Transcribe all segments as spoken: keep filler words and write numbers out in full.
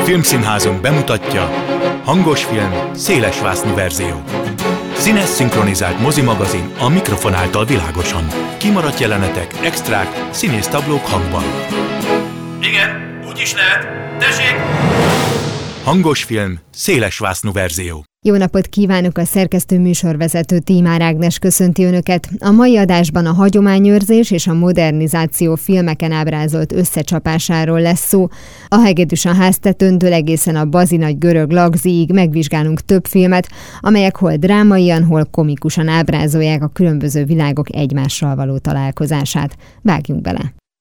Filmszínházunk bemutatja hangos film, szélesvásznú verzió. Színes szinkronizált mozimagazin a mikrofon által világosan. Kimaradt jelenetek, extrák, színésztablók hangban. Igen, úgy is lehet. Tessék! Hangos film, szélesvásznú verzió. Jó napot kívánok, a szerkesztő műsorvezető Tímár Ágnes köszönti Önöket. A mai adásban a hagyományőrzés és a modernizáció filmeken ábrázolt összecsapásáról lesz szó. A Hegedűs a háztetőntől egészen a bazinagy görög lagziig megvizsgálunk több filmet, amelyek hol drámaian, hol komikusan ábrázolják a különböző világok egymással való találkozását. Vágjunk bele!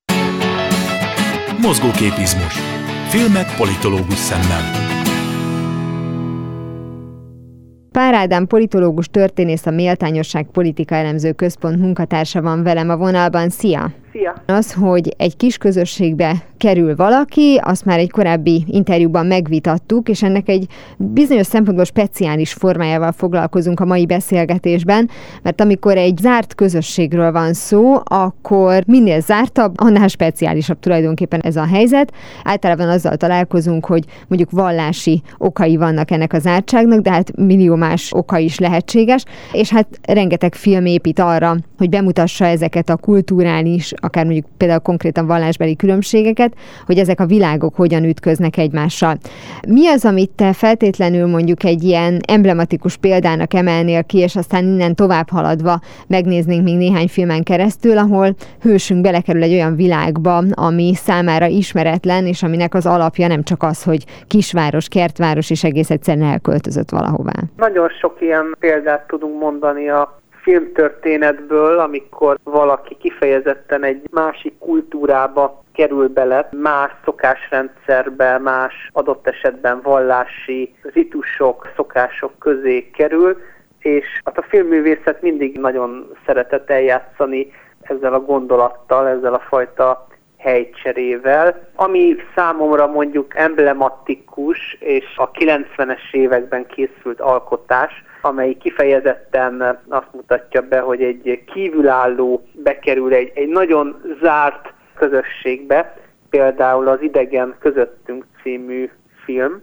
Mozgóképizmus. Filmek politológus szemmel. Pár Ádám politológus történész, a Méltányosság Politika Elemző Központ munkatársa van velem a vonalban. Szia! Szia! Az, hogy egy kis közösségbe kerül valaki, azt már egy korábbi interjúban megvitattuk, és ennek egy bizonyos szempontból speciális formájával foglalkozunk a mai beszélgetésben, mert amikor egy zárt közösségről van szó, akkor minél zártabb, annál speciálisabb tulajdonképpen ez a helyzet. Általában azzal találkozunk, hogy mondjuk vallási okai vannak ennek a zártságnak, de hát millió más oka is lehetséges, és hát rengeteg film épít arra, hogy bemutassa ezeket a kulturális, akár mondjuk például konkrétan vallásbeli különbségeket, hogy ezek a világok hogyan ütköznek egymással. Mi az, amit te feltétlenül mondjuk egy ilyen emblematikus példának emelnél ki, és aztán innen tovább haladva megnéznénk még néhány filmen keresztül, ahol hősünk belekerül egy olyan világba, ami számára ismeretlen, és aminek az alapja nem csak az, hogy kisváros, kertváros, és egész egyszerűen elköltözött valahová. Nagyon sok ilyen példát tudunk mondani a filmtörténetből, amikor valaki kifejezetten egy másik kultúrába kerül bele, más szokásrendszerbe, más adott esetben vallási ritusok, szokások közé kerül, és hát a filmművészet mindig nagyon szeretett eljátszani ezzel a gondolattal, ezzel a fajta helycserével, ami számomra mondjuk emblematikus, és a kilencvenes években készült alkotás, amely kifejezetten azt mutatja be, hogy egy kívülálló bekerül egy, egy nagyon zárt közösségbe, például az Idegen közöttünk című film,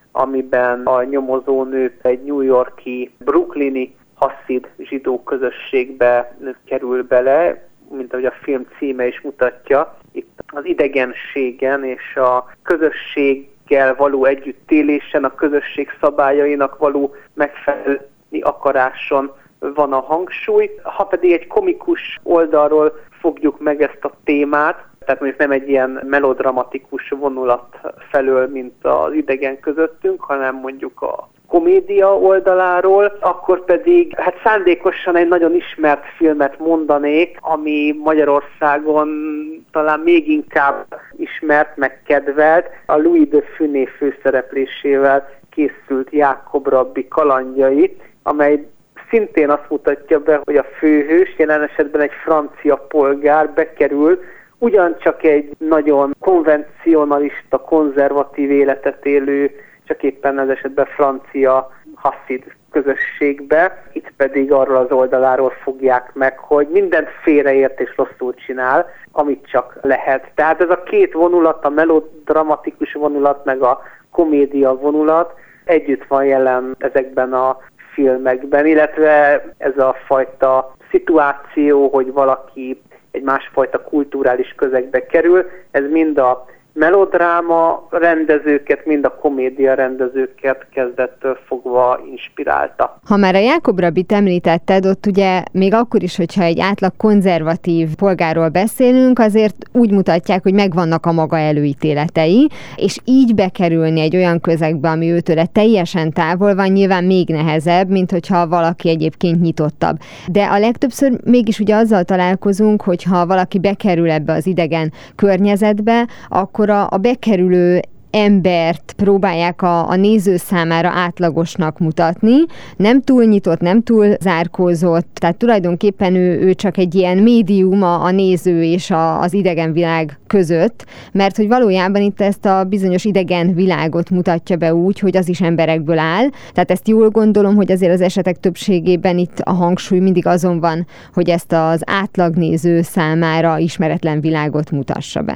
amiben a nyomozónő egy New York-i, brooklyni hasszid zsidó közösségbe kerül bele, mint ahogy a film címe is mutatja. Itt az idegenségen és a közösséggel való együttélésen, a közösség szabályainak való megfelelni akaráson van a hangsúly. Ha pedig egy komikus oldalról fogjuk meg ezt a témát, tehát mondjuk nem egy ilyen melodramatikus vonulat felől, mint az Idegen közöttünk, hanem mondjuk a komédia oldaláról, akkor pedig hát szándékosan egy nagyon ismert filmet mondanék, ami Magyarországon talán még inkább ismert, meg kedvelt, a Louis de Funès főszereplésével készült Jákob rabbi kalandjai, amely szintén azt mutatja be, hogy a főhős, jelen esetben egy francia polgár bekerül, ugyancsak egy nagyon konvencionalista, konzervatív életet élő, csak éppen ez esetben francia hasszid közösségbe. Itt pedig arról az oldaláról fogják meg, hogy mindent félreért és rosszul csinál, amit csak lehet. Tehát ez a két vonulat, a melodramatikus vonulat, meg a komédia vonulat együtt van jelen ezekben a filmekben, illetve ez a fajta szituáció, hogy valaki egy másfajta kulturális közegbe kerül, ez mind a melodráma rendezőket, mind a komédia rendezőket kezdettől fogva inspirálta. Ha már a Jákob rabbit említetted, ott ugye még akkor is, hogyha egy átlag konzervatív polgárról beszélünk, azért úgy mutatják, hogy megvannak a maga előítéletei, és így bekerülni egy olyan közegbe, ami őtőle teljesen távol van, nyilván még nehezebb, mint hogyha valaki egyébként nyitottabb. De a legtöbbször mégis ugye azzal találkozunk, hogyha valaki bekerül ebbe az idegen környezetbe, akkor a, a bekerülő embert próbálják a, a néző számára átlagosnak mutatni, nem túl nyitott, nem túl zárkózott, tehát tulajdonképpen ő, ő csak egy ilyen médium a, a néző és a, az idegen világ között, mert hogy valójában itt ezt a bizonyos idegen világot mutatja be úgy, hogy az is emberekből áll, tehát ezt jól gondolom, hogy azért az esetek többségében itt a hangsúly mindig azon van, hogy ezt az átlagnéző számára ismeretlen világot mutassa be.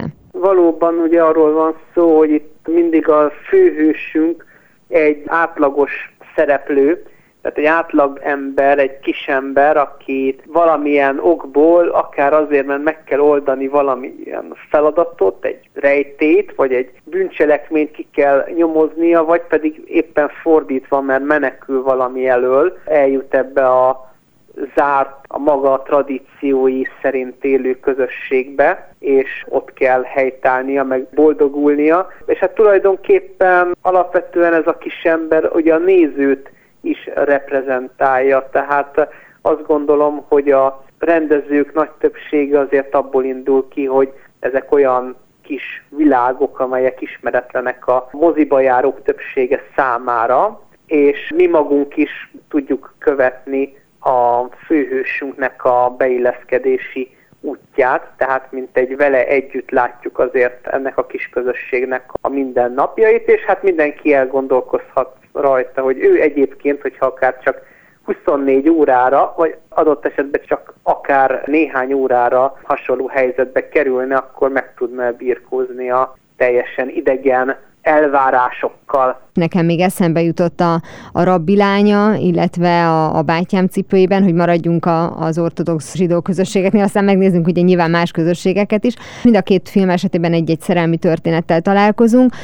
valóban ugye arról van szó, hogy itt mindig a főhősünk egy átlagos szereplő, tehát egy átlag ember, egy kis ember, akit valamilyen okból, akár azért, mert meg kell oldani valamilyen feladatot, egy rejtét, vagy egy bűncselekményt ki kell nyomoznia, vagy pedig éppen fordítva, mert menekül valami elől, eljut ebbe a zárt, a maga tradíciói szerint élő közösségbe, és ott kell helytállnia, meg boldogulnia. És hát tulajdonképpen alapvetően ez a kis ember ugye a nézőt is reprezentálja, tehát azt gondolom, hogy a rendezők nagy többsége azért abból indul ki, hogy ezek olyan kis világok, amelyek ismeretlenek a moziba járók többsége számára, és mi magunk is tudjuk követni a főhősünknek a beilleszkedési útját, tehát mint egy vele együtt látjuk azért ennek a kis közösségnek a mindennapjait, és hát mindenki elgondolkozhat rajta, hogy ő egyébként, hogyha akár csak huszonnégy órára, vagy adott esetben csak akár néhány órára hasonló helyzetbe kerülne, akkor meg tudna birkózni a teljesen idegen elvárásokkal. Nekem még eszembe jutott a, a rabbi lánya, illetve a, a bátyám cipőjében, hogy maradjunk a, az ortodox zsidó közösségeknél, aztán megnézzünk ugye nyilván más közösségeket is. Mind a két film esetében egy-egy szerelmi történettel találkozunk,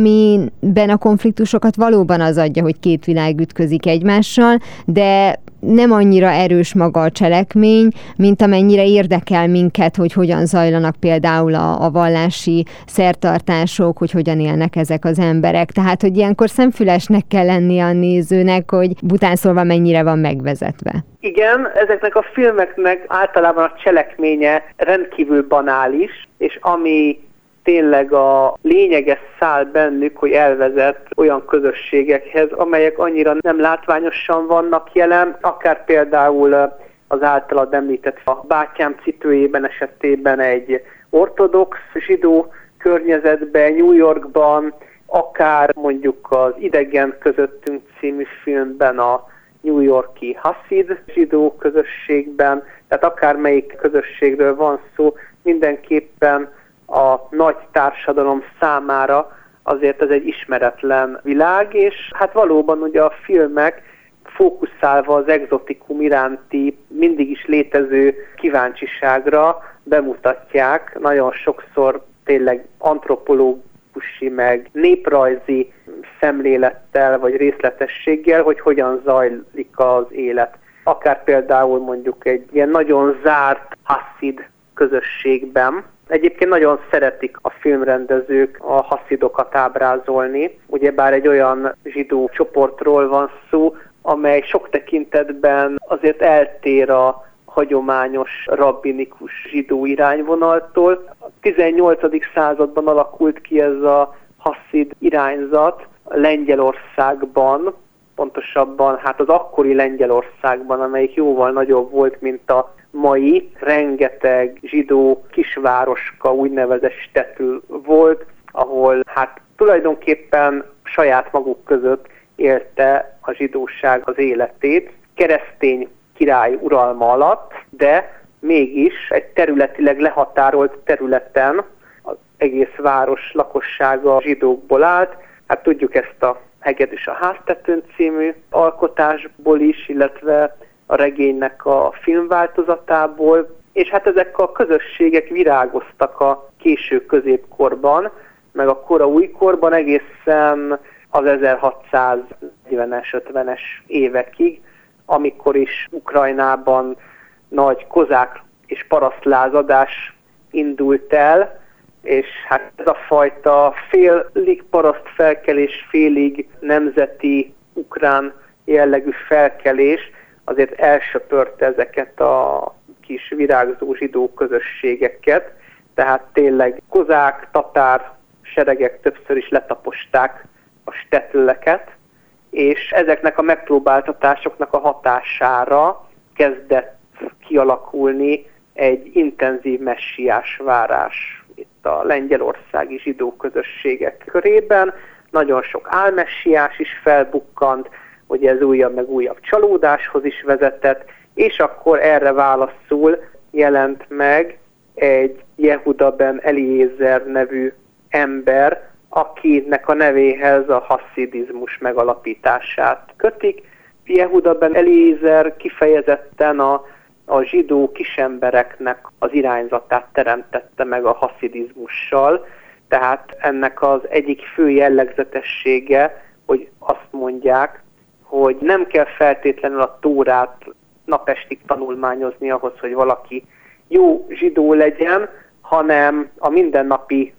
amiben a konfliktusokat valóban az adja, hogy két világ ütközik egymással, de nem annyira erős maga a cselekmény, mint amennyire érdekel minket, hogy hogyan zajlanak például a, a vallási szertartások, hogy hogyan élnek ezek az emberek. Tehát, hogy ilyenkor szemfülesnek kell lennie a nézőnek, hogy bután szólva mennyire van megvezetve. Igen, ezeknek a filmeknek általában a cselekménye rendkívül banális, és ami tényleg a lényeges szál bennük, hogy elvezet olyan közösségekhez, amelyek annyira nem látványosan vannak jelen, akár például az általad említett a bátyám cipőjében esetében egy ortodox zsidó környezetben, New Yorkban, akár mondjuk az Idegen közöttünk című filmben a New York-i Haszid zsidó közösségben, tehát akármelyik közösségről van szó, mindenképpen a nagy társadalom számára azért ez egy ismeretlen világ, és hát valóban ugye a filmek fókuszálva az egzotikum iránti mindig is létező kíváncsiságra bemutatják, nagyon sokszor tényleg antropológusi meg néprajzi szemlélettel vagy részletességgel, hogy hogyan zajlik az élet. Akár például mondjuk egy ilyen nagyon zárt haszid közösségben. Egyébként nagyon szeretik a filmrendezők a haszzidokat ábrázolni, ugyebár egy olyan zsidó csoportról van szó, amely sok tekintetben azért eltér a hagyományos rabbinikus zsidó irányvonaltól. A tizennyolcadik században alakult ki ez a haszid irányzat Lengyelországban, pontosabban hát az akkori Lengyelországban, amelyik jóval nagyobb volt, mint a mai, rengeteg zsidó kisvároska, úgynevezett stetl volt, ahol hát tulajdonképpen saját maguk között élte a zsidóság az életét, keresztény király uralma alatt, de mégis egy területileg lehatárolt területen az egész város lakossága zsidókból állt. Hát tudjuk ezt a Hegedűs a háztetőn című alkotásból is, illetve a regénynek a filmváltozatából, és hát ezek a közösségek virágoztak a késő középkorban, meg a kora újkorban egészen az ezerhatszáznegyvenes, ötvenes évekig, amikor is Ukrajnában nagy kozák és parasztlázadás indult el, és hát ez a fajta félig paraszt felkelés, félig nemzeti ukrán jellegű felkelés azért elsöpörte ezeket a kis virágzó zsidó közösségeket, tehát tényleg kozák, tatár seregek többször is letaposták a stetleket, és ezeknek a megpróbáltatásoknak a hatására kezdett kialakulni egy intenzív messiás várás itt a lengyelországi zsidó közösségek körében. Nagyon sok álmessiás is felbukkant, hogy ez újabb meg újabb csalódáshoz is vezetett, és akkor erre válaszul jelent meg egy Jehuda ben Eliezer nevű ember, akinek a nevéhez a hasszidizmus megalapítását kötik. Jehuda ben Eliezer kifejezetten a, a zsidó kisembereknek az irányzatát teremtette meg a hasszidizmussal, tehát ennek az egyik fő jellegzetessége, hogy azt mondják, hogy nem kell feltétlenül a Tórát napestig tanulmányozni ahhoz, hogy valaki jó zsidó legyen, hanem a mindennapi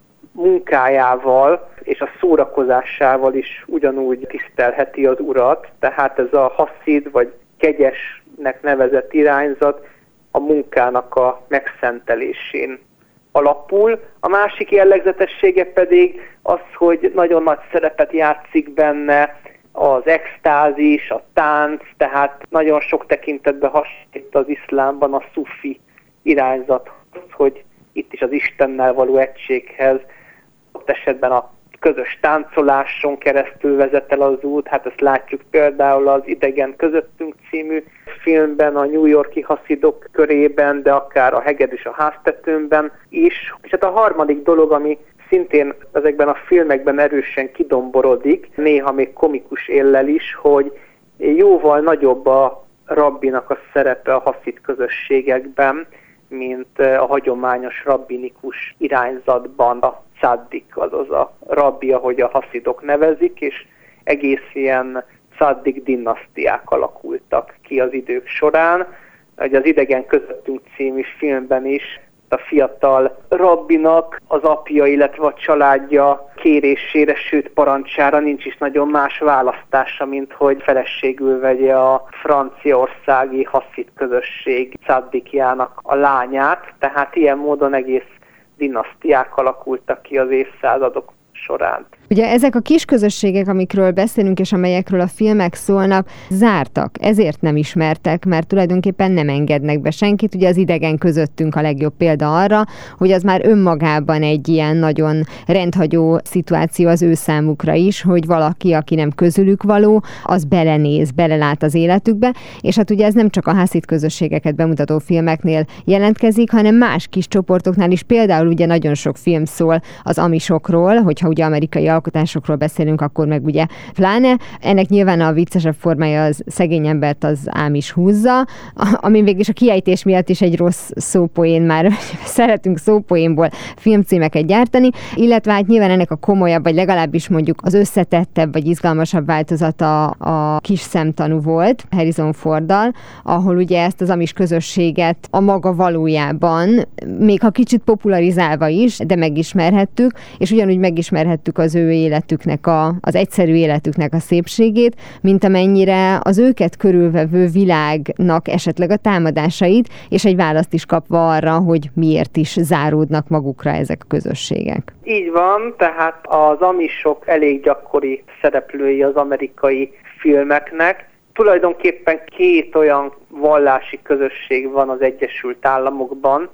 munkájával és a szórakozásával is ugyanúgy tisztelheti az Urat, tehát ez a hasszid vagy kegyesnek nevezett irányzat a munkának a megszentelésén alapul. A másik jellegzetessége pedig az, hogy nagyon nagy szerepet játszik benne az extázis, a tánc, tehát nagyon sok tekintetben hasonlít az iszlámban a szufi irányzathoz, hogy itt is az Istennel való egységhez, ott esetben a közös táncoláson keresztül vezet el az út, hát ezt látjuk például az Idegen közöttünk című filmben, a New York-i haszidok körében, de akár a Hegedűs a háztetőmben is. És hát a harmadik dolog, ami szintén ezekben a filmekben erősen kidomborodik, néha még komikus éllel is, hogy jóval nagyobb a rabbinak a szerepe a haszid közösségekben, mint a hagyományos rabbinikus irányzatban a szaddik, azaz a rabbi, ahogy a haszidok nevezik, és egész ilyen szaddik dinasztiák alakultak ki az idők során. Ugye az Idegen közöttünk című filmben is a fiatal rabbinak az apja, illetve a családja kérésére, sőt parancsára nincs is nagyon más választása, mint hogy feleségül vegye a franciaországi hasszid közösség szaddikjának a lányát, tehát ilyen módon egész dinasztiák alakultak ki az évszázadok során. Ugye ezek a kis közösségek, amikről beszélünk, és amelyekről a filmek szólnak, zártak, ezért nem ismertek, mert tulajdonképpen nem engednek be senkit. Ugye az Idegen közöttünk a legjobb példa arra, hogy az már önmagában egy ilyen nagyon rendhagyó szituáció az ő számukra is, hogy valaki, aki nem közülük való, az belenéz, belelát az életükbe, és hát ugye ez nem csak a hasszid közösségeket bemutató filmeknél jelentkezik, hanem más kis csoportoknál is. Például ugye nagyon sok film szól az amisokról, hogyha ugye amerikai alkotásokról beszélünk, akkor meg ugye pláne. Ennek nyilván a viccesebb formája az szegény embert az ám is húzza, ami végülis a kiejtés miatt is egy rossz szópoén, már szeretünk szópoénból filmcímeket gyártani, illetve hát nyilván ennek a komolyabb, vagy legalábbis mondjuk az összetettebb, vagy izgalmasabb változata a Kis szemtanú volt Harrison Forddal, ahol ugye ezt az amis közösséget a maga valójában, még ha kicsit popularizálva is, de megismerhettük, és ugyanúgy megismerhettük az ő életüknek, a, az egyszerű életüknek a szépségét, mint amennyire az őket körülvevő világnak esetleg a támadásait, és egy választ is kapva arra, hogy miért is záródnak magukra ezek a közösségek. Így van, tehát az amisok elég gyakori szereplői az amerikai filmeknek. Tulajdonképpen két olyan vallási közösség van az Egyesült Államokban,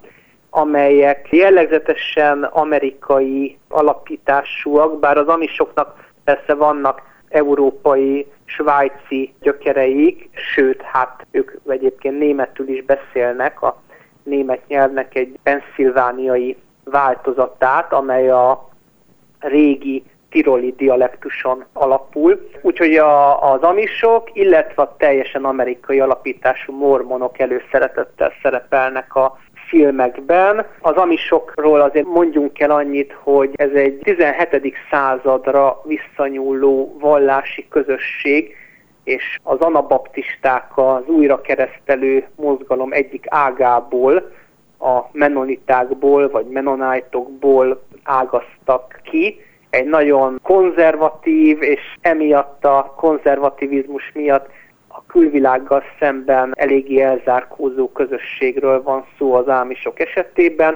amelyek jellegzetesen amerikai alapításúak, bár az amisoknak persze vannak európai, svájci gyökereik, sőt, hát ők egyébként németül is beszélnek, a német nyelvnek egy pennsylvániai változatát, amely a régi tiroli dialektuson alapul. Úgyhogy a, az amisok, illetve a teljesen amerikai alapítású mormonok előszeretettel szerepelnek a filmekben. Az amisokról azért mondjunk el annyit, hogy ez egy tizenhetedik századra visszanyúló vallási közösség, és az anabaptisták az újrakeresztelő mozgalom egyik ágából, a menonitákból vagy menonájtokból ágaztak ki. Egy nagyon konzervatív, és emiatt a konzervativizmus miatt a külvilággal szemben eléggé elzárkózó közösségről van szó az ámisok esetében.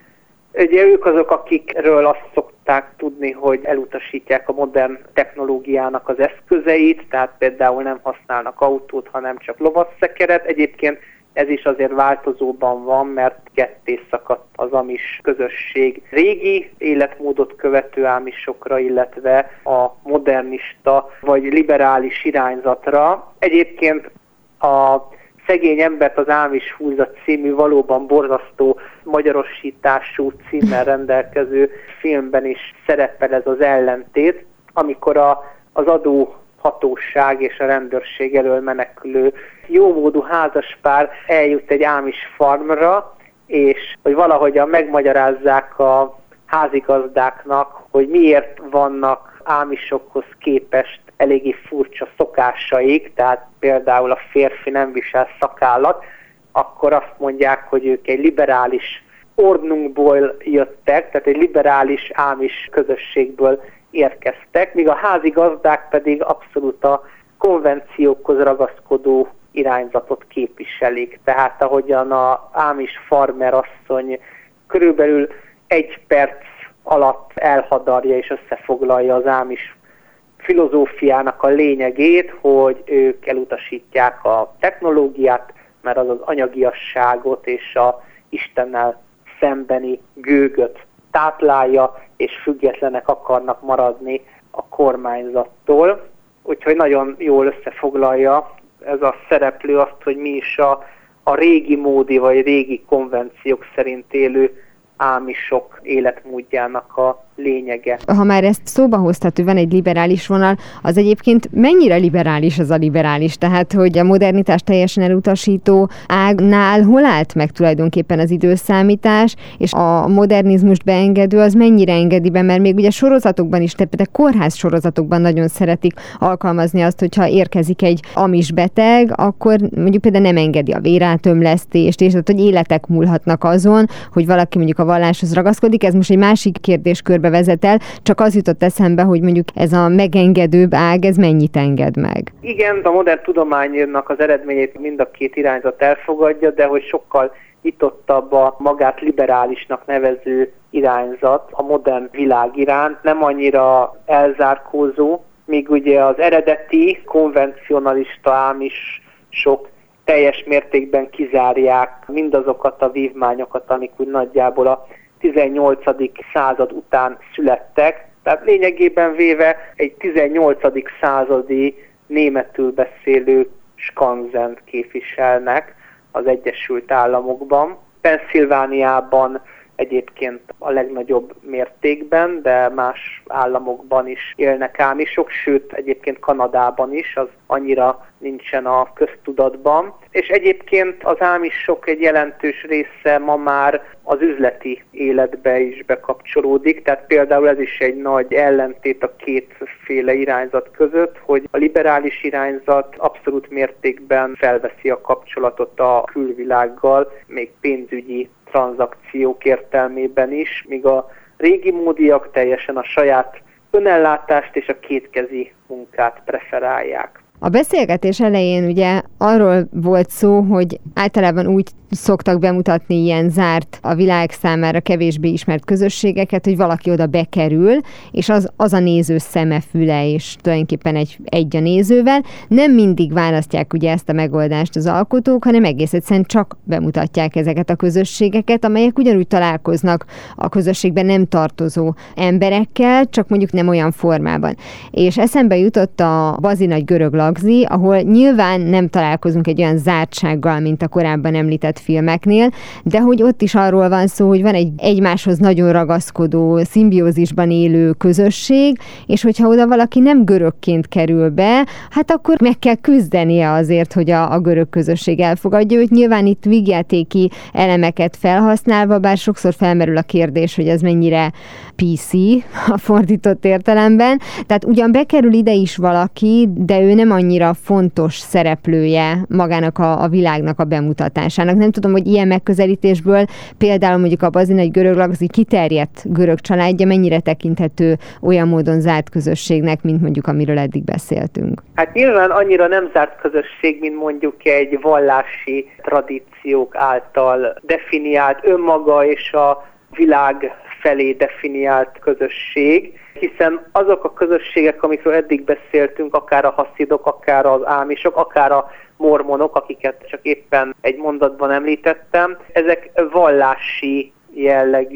Ugye ők azok, akikről azt szokták tudni, hogy elutasítják a modern technológiának az eszközeit, tehát például nem használnak autót, hanem csak lovasszekeret. Egyébként ez is azért változóban van, mert ketté szakadt az amis közösség régi életmódot követő ámisokra, illetve a modernista vagy liberális irányzatra. Egyébként a szegény embert az Ámis húzza című, valóban borzasztó magyarosítású címmel rendelkező filmben is szerepel ez az ellentét, amikor a, az adóhatóság és a rendőrség elől menekülő jómódú házaspár eljut egy ámis farmra, és hogy valahogyan megmagyarázzák a házigazdáknak, hogy miért vannak ámisokhoz képest eléggé furcsa szokásaik, tehát például a férfi nem visel szakállat, akkor azt mondják, hogy ők egy liberális ordnungból jöttek, tehát egy liberális ámis közösségből érkeztek, míg a házigazdák pedig abszolút a konvenciókhoz ragaszkodó irányzatot képviselik. Tehát ahogyan a ámis farmer asszony körülbelül egy perc alatt elhadarja és összefoglalja az ámis filozófiának a lényegét, hogy ők elutasítják a technológiát, mert az az anyagiasságot és a Istennel szembeni gőgöt táplálja, és függetlenek akarnak maradni a kormányzattól. Úgyhogy nagyon jól összefoglalja ez a szereplő azt, hogy mi is a, a régi módi vagy régi konvenciók szerint élő ámisok életmódjának a lényege. Ha már ezt szóba hoztad, hogy van egy liberális vonal, az egyébként mennyire liberális az a liberális? Tehát, hogy a modernitás teljesen elutasító ágnál hol állt meg tulajdonképpen az időszámítás, és a modernizmust beengedő az mennyire engedi be, mert még ugye sorozatokban is, de kórház sorozatokban nagyon szeretik alkalmazni azt, hogyha érkezik egy amis beteg, akkor mondjuk például nem engedi a vérátömlesztést, és tehát, hogy életek múlhatnak azon, hogy valaki mondjuk a valláshoz ragaszkodik. Ez most egy másik kérdéskörbe vezet el, csak az jutott eszembe, hogy mondjuk ez a megengedőbb ág, ez mennyit enged meg? Igen, a modern tudománynak az eredményét mind a két irányzat elfogadja, de hogy sokkal nyitottabb a magát liberálisnak nevező irányzat a modern világ iránt, nem annyira elzárkózó, míg ugye az eredeti konvencionalista ámisok teljes mértékben kizárják mindazokat a vívmányokat, amik úgy nagyjából a tizennyolcadik század után születtek. Tehát lényegében véve egy tizennyolcadik századi németül beszélő skanzent képviselnek az Egyesült Államokban. Pennsylvániában egyébként a legnagyobb mértékben, de más államokban is élnek ámisok, sőt egyébként Kanadában is, az annyira nincsen a köztudatban. És egyébként az ámisok egy jelentős része ma már az üzleti életbe is bekapcsolódik, tehát például ez is egy nagy ellentét a kétféle irányzat között, hogy a liberális irányzat abszolút mértékben felveszi a kapcsolatot a külvilággal, még pénzügyi tranzakciók értelmében is, míg a régi módiak teljesen a saját önellátást és a kétkezi munkát preferálják. A beszélgetés elején ugye arról volt szó, hogy általában úgy szoktak bemutatni ilyen zárt, a világ számára kevésbé ismert közösségeket, hogy valaki oda bekerül, és az, az a néző szeme, füle, és tulajdonképpen egy, egy a nézővel. Nem mindig választják ugye ezt a megoldást az alkotók, hanem egész egyszerűen csak bemutatják ezeket a közösségeket, amelyek ugyanúgy találkoznak a közösségben nem tartozó emberekkel, csak mondjuk nem olyan formában. És eszembe jutott a Bazinagy görög lagzi, ahol nyilván nem találkozunk egy olyan zártsággal, mint a korábban említett filmeknél, de hogy ott is arról van szó, hogy van egy egymáshoz nagyon ragaszkodó, szimbiózisban élő közösség, és hogyha oda valaki nem görögként kerül be, hát akkor meg kell küzdenie azért, hogy a, a görög közösség elfogadja őt. Nyilván itt vígjátéki elemeket felhasználva, bár sokszor felmerül a kérdés, hogy ez mennyire pé cé a fordított értelemben. Tehát ugyan bekerül ide is valaki, de ő nem annyira fontos szereplője magának a, a világnak a bemutatásának. Nem tudom, hogy ilyen megközelítésből például mondjuk a Bazinagy görög lagzi kiterjedt görög családja mennyire tekinthető olyan módon zárt közösségnek, mint mondjuk amiről eddig beszéltünk. Hát nyilván annyira nem zárt közösség, mint mondjuk egy vallási tradíciók által definiált önmaga és a világ felé definiált közösség, hiszen azok a közösségek, amikről eddig beszéltünk, akár a haszidok, akár az ámisok, akár a mormonok, akiket csak éppen egy mondatban említettem, ezek vallási jellegű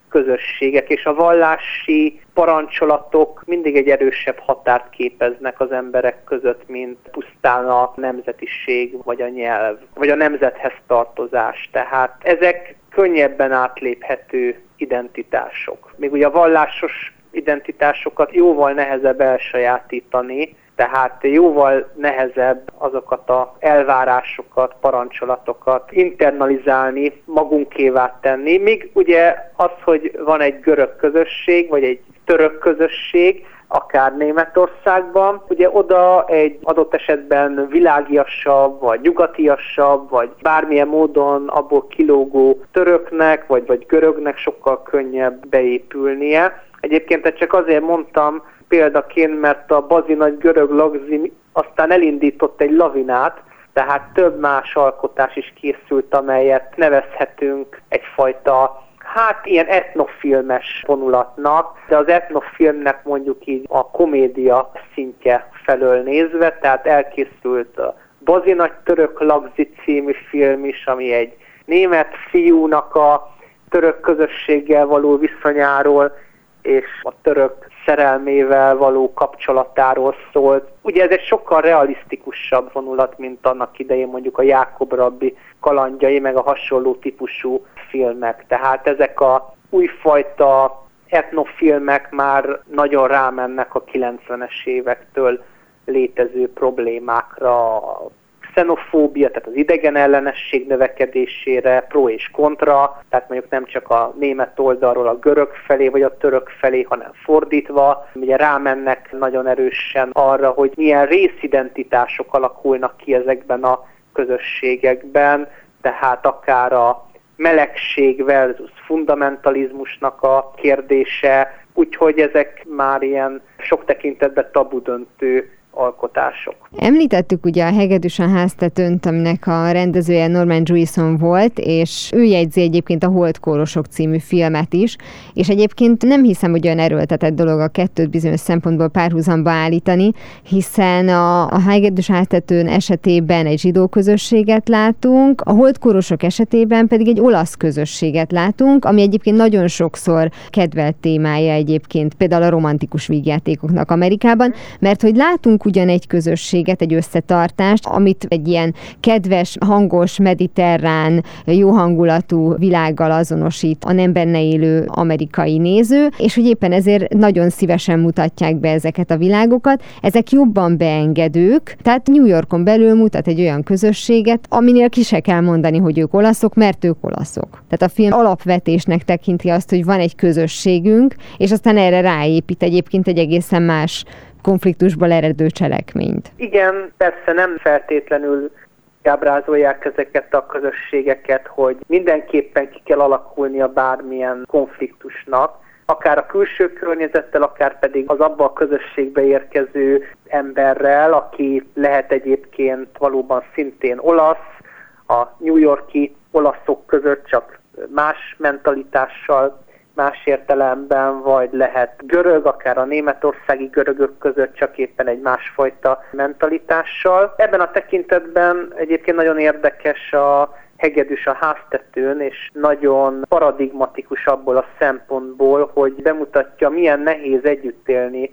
közösségek, és a vallási parancsolatok mindig egy erősebb határt képeznek az emberek között, mint pusztán a nemzetiség, vagy a nyelv, vagy a nemzethez tartozás. Tehát ezek könnyebben átléphető identitások. Még ugye a vallásos identitásokat jóval nehezebb elsajátítani, tehát jóval nehezebb azokat az elvárásokat, parancsolatokat internalizálni, magunkévá tenni, míg ugye az, hogy van egy görög közösség, vagy egy török közösség, akár Németországban, ugye oda egy adott esetben világiasabb, vagy nyugatiasabb, vagy bármilyen módon abból kilógó töröknek, vagy, vagy görögnek sokkal könnyebb beépülnie. Egyébként ezt csak azért mondtam példaként, mert a Bazi nagy görög lagzi aztán elindított egy lavinát, tehát több más alkotás is készült, amelyet nevezhetünk egyfajta, hát ilyen etnofilmes vonulatnak, de az etnofilmnek mondjuk így a komédia szintje felől nézve, tehát elkészült a Bazi nagy török lagzi című film is, ami egy német fiúnak a török közösséggel való viszonyáról és a török szerelmével való kapcsolatáról szólt. Ugye ez egy sokkal realisztikusabb vonulat, mint annak idején mondjuk a Jákob rabbi kalandjai, meg a hasonló típusú filmek. Tehát ezek a újfajta etnofilmek már nagyon rámennek a kilencvenes évektől létező problémákra, xenofóbia, tehát az idegen ellenesség növekedésére, pro és kontra, tehát mondjuk nem csak a német oldalról a görög felé, vagy a török felé, hanem fordítva. Ugye rámennek nagyon erősen arra, hogy milyen részidentitások alakulnak ki ezekben a közösségekben, tehát akár a melegség versus fundamentalizmusnak a kérdése, úgyhogy ezek már ilyen sok tekintetben tabudöntő alkotások. Említettük ugye a Hegedűs a háztetőnt, aminek a rendezője Norman Jewison volt, és ő jegyzi egyébként a Holdkórosok című filmet is, és egyébként nem hiszem, hogy olyan erőltetett dolog a kettőt bizonyos szempontból párhuzamba állítani, hiszen a, a Hegedűs háztetőn esetében egy zsidó közösséget látunk, a Holdkórosok esetében pedig egy olasz közösséget látunk, ami egyébként nagyon sokszor kedvelt témája egyébként például a romantikus vígjátékoknak Amerikában, mert hogy látunk ugyan egy közösséget, egy összetartást, amit egy ilyen kedves, hangos, mediterrán, jó hangulatú világgal azonosít a nem benne élő amerikai néző, és hogy éppen ezért nagyon szívesen mutatják be ezeket a világokat. Ezek jobban beengedők, tehát New Yorkon belül mutat egy olyan közösséget, aminél ki se kell mondani, hogy ők olaszok, mert ők olaszok. Tehát a film alapvetésnek tekinti azt, hogy van egy közösségünk, és aztán erre ráépít egyébként egy egészen más konfliktusból eredő cselekményt. Igen, persze nem feltétlenül ábrázolják ezeket a közösségeket, hogy mindenképpen ki kell alakulnia bármilyen konfliktusnak, akár a külső környezettel, akár pedig az abba a közösségbe érkező emberrel, aki lehet egyébként valóban szintén olasz, a New Yorki olaszok között csak más mentalitással, más értelemben, vagy lehet görög, akár a németországi görögök között, csak éppen egy másfajta mentalitással. Ebben a tekintetben egyébként nagyon érdekes a Hegedűs a háztetőn, és nagyon paradigmatikus abból a szempontból, hogy bemutatja, milyen nehéz együtt élni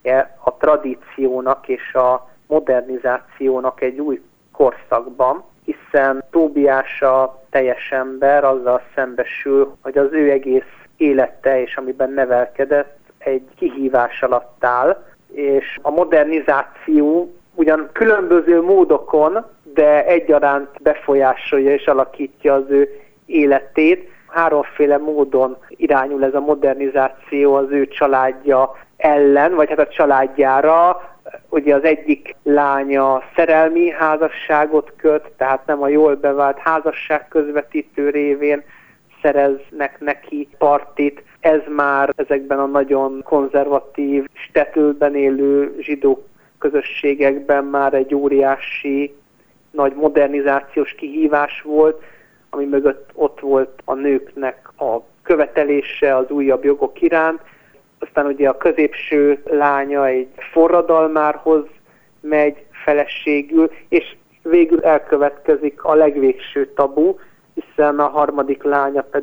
a tradíciónak és a modernizációnak egy új korszakban, hiszen Tóbiás a teljes ember azzal szembesül, hogy az ő egész élete és amiben nevelkedett egy kihívás alatt áll, és a modernizáció ugyan különböző módokon, de egyaránt befolyásolja és alakítja az ő életét. Háromféle módon irányul ez a modernizáció az ő családja ellen, vagy hát a családjára. Ugye az egyik lánya szerelmi házasságot köt, tehát nem a jól bevált házasság közvetítő révén szereznek neki partit. Ez már ezekben a nagyon konzervatív, stetülben élő zsidó közösségekben már egy óriási nagy modernizációs kihívás volt, ami mögött ott volt a nőknek a követelése az újabb jogok iránt. Aztán ugye a középső lánya egy forradalmárhoz megy feleségül, és végül elkövetkezik a legvégső tabu, hiszen a harmadik lánya pedig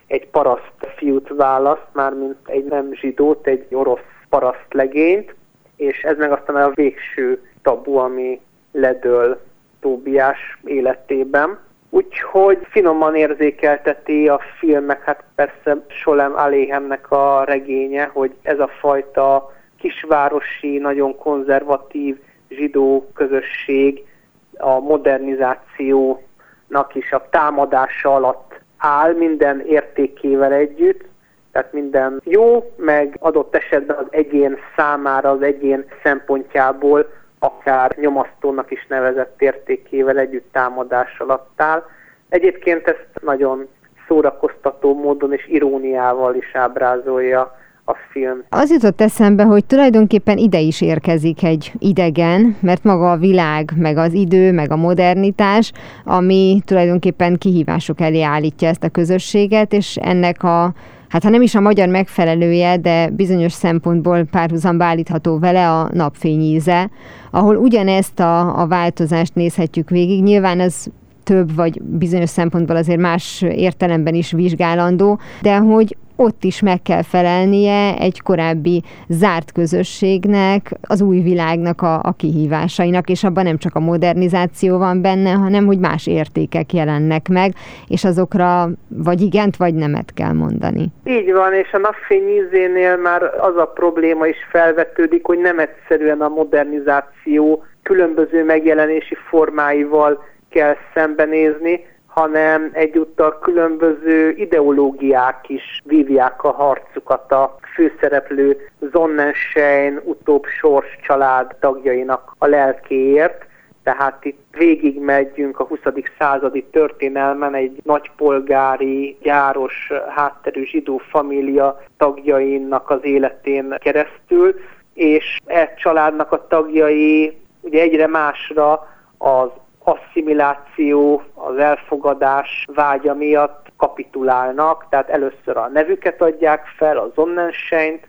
egy paraszt fiút választ, mármint egy nem zsidót, egy orosz paraszt legényt, és ez meg aztán a végső tabu, ami ledől Tóbiás életében. Úgyhogy finoman érzékelteti a filmek, hát persze Sholem Aleichemnek a regénye, hogy ez a fajta kisvárosi, nagyon konzervatív zsidó közösség a modernizációnak is a támadása alatt áll minden értékével együtt, tehát minden jó, meg adott esetben az egyén számára, az egyén szempontjából akár nyomasztónak is nevezett értékével együtt támadás alatt áll. Egyébként ezt nagyon szórakoztató módon és iróniával is ábrázolja a film. Az jutott eszembe, hogy tulajdonképpen ide is érkezik egy idegen, mert maga a világ, meg az idő, meg a modernitás, ami tulajdonképpen kihívások elé állítja ezt a közösséget, és ennek a hát ha nem is a magyar megfelelője, de bizonyos szempontból párhuzamba állítható vele a Napfény íze, ahol ugyanezt a, a változást nézhetjük végig. Nyilván ez több, vagy bizonyos szempontból azért más értelemben is vizsgálandó, de hogy ott is meg kell felelnie egy korábbi zárt közösségnek, az új világnak a, a kihívásainak, és abban nem csak a modernizáció van benne, hanem hogy más értékek jelennek meg, és azokra vagy igent, vagy nemet kell mondani. Így van, és a Napfény ízénél már az a probléma is felvetődik, hogy nem egyszerűen a modernizáció különböző megjelenési formáival kell szembenézni, hanem egyúttal különböző ideológiák is vívják a harcukat a főszereplő Sonnenschein utóbb Sors család tagjainak a lelkéért. Tehát itt végigmegyünk a huszadik századi történelmen egy nagypolgári, gyáros, hátterű zsidó família tagjainak az életén keresztül, és e családnak a tagjai ugye egyre másra az asszimiláció, az elfogadás vágya miatt kapitulálnak, tehát először a nevüket adják fel, a Sonnenscheint,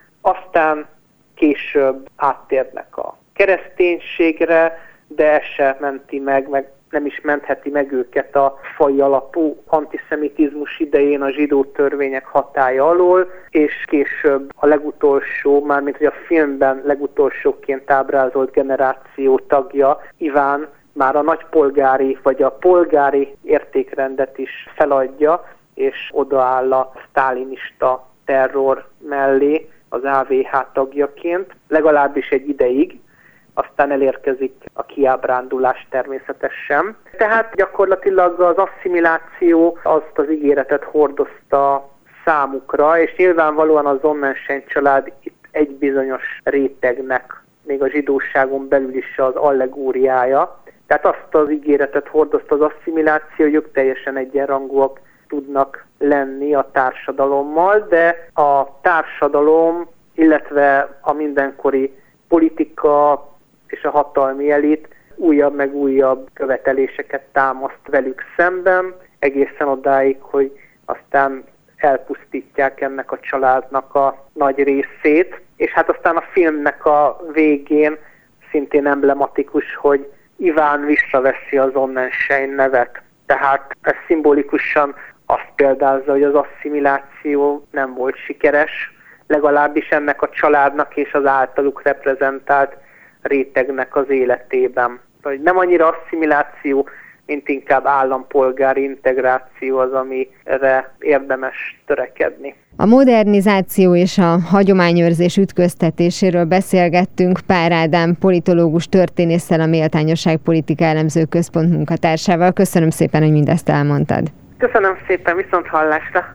aztán később áttérnek a kereszténységre, de ez se menti meg, meg nem is mentheti meg őket a faj alapú antiszemitizmus idején a zsidó törvények hatálya alól, és később a legutolsó, mármint hogy a filmben legutolsóként ábrázolt generáció tagja, Iván, már a nagypolgári vagy a polgári értékrendet is feladja, és odaáll a sztálinista terror mellé az á vé há tagjaként, legalábbis egy ideig, aztán elérkezik a kiábrándulás természetesen. Tehát gyakorlatilag az asszimiláció azt az ígéretet hordozta számukra, és nyilvánvalóan a Sonnenschein család itt egy bizonyos rétegnek, még a zsidóságon belül is az allegóriája. Tehát azt az ígéretet hordozta az asszimiláció, hogy ők teljesen egyenrangúak tudnak lenni a társadalommal, de a társadalom, illetve a mindenkori politika és a hatalmi elit újabb meg újabb követeléseket támaszt velük szemben, egészen odáig, hogy aztán elpusztítják ennek a családnak a nagy részét. És hát aztán a filmnek a végén szintén emblematikus, hogy Iván visszaveszi a Sonnenschein nevet. Tehát ez szimbolikusan azt példázza, hogy az asszimiláció nem volt sikeres, legalábbis ennek a családnak és az általuk reprezentált rétegnek az életében. Hogy nem annyira asszimiláció, mint inkább állampolgári integráció az, amire érdemes törekedni. A modernizáció és a hagyományőrzés ütköztetéséről beszélgettünk Pár Ádám politológus történésszel, a Méltányosság Politika Elemző Központ munkatársával. Köszönöm szépen, hogy mindezt elmondtad. Köszönöm szépen, viszont hallásra!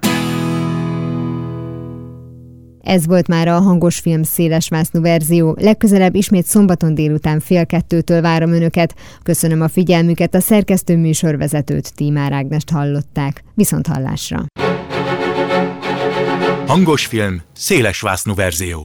Ez volt már a Hangos Film szélesvásznú verzió. Legközelebb ismét szombaton délután fél kettőtől várom Önöket. Köszönöm a figyelmüket, a szerkesztő műsorvezetőt, Tímár Ágnest hallották. Viszont hallásra! Hangos Film szélesvásznú verzió.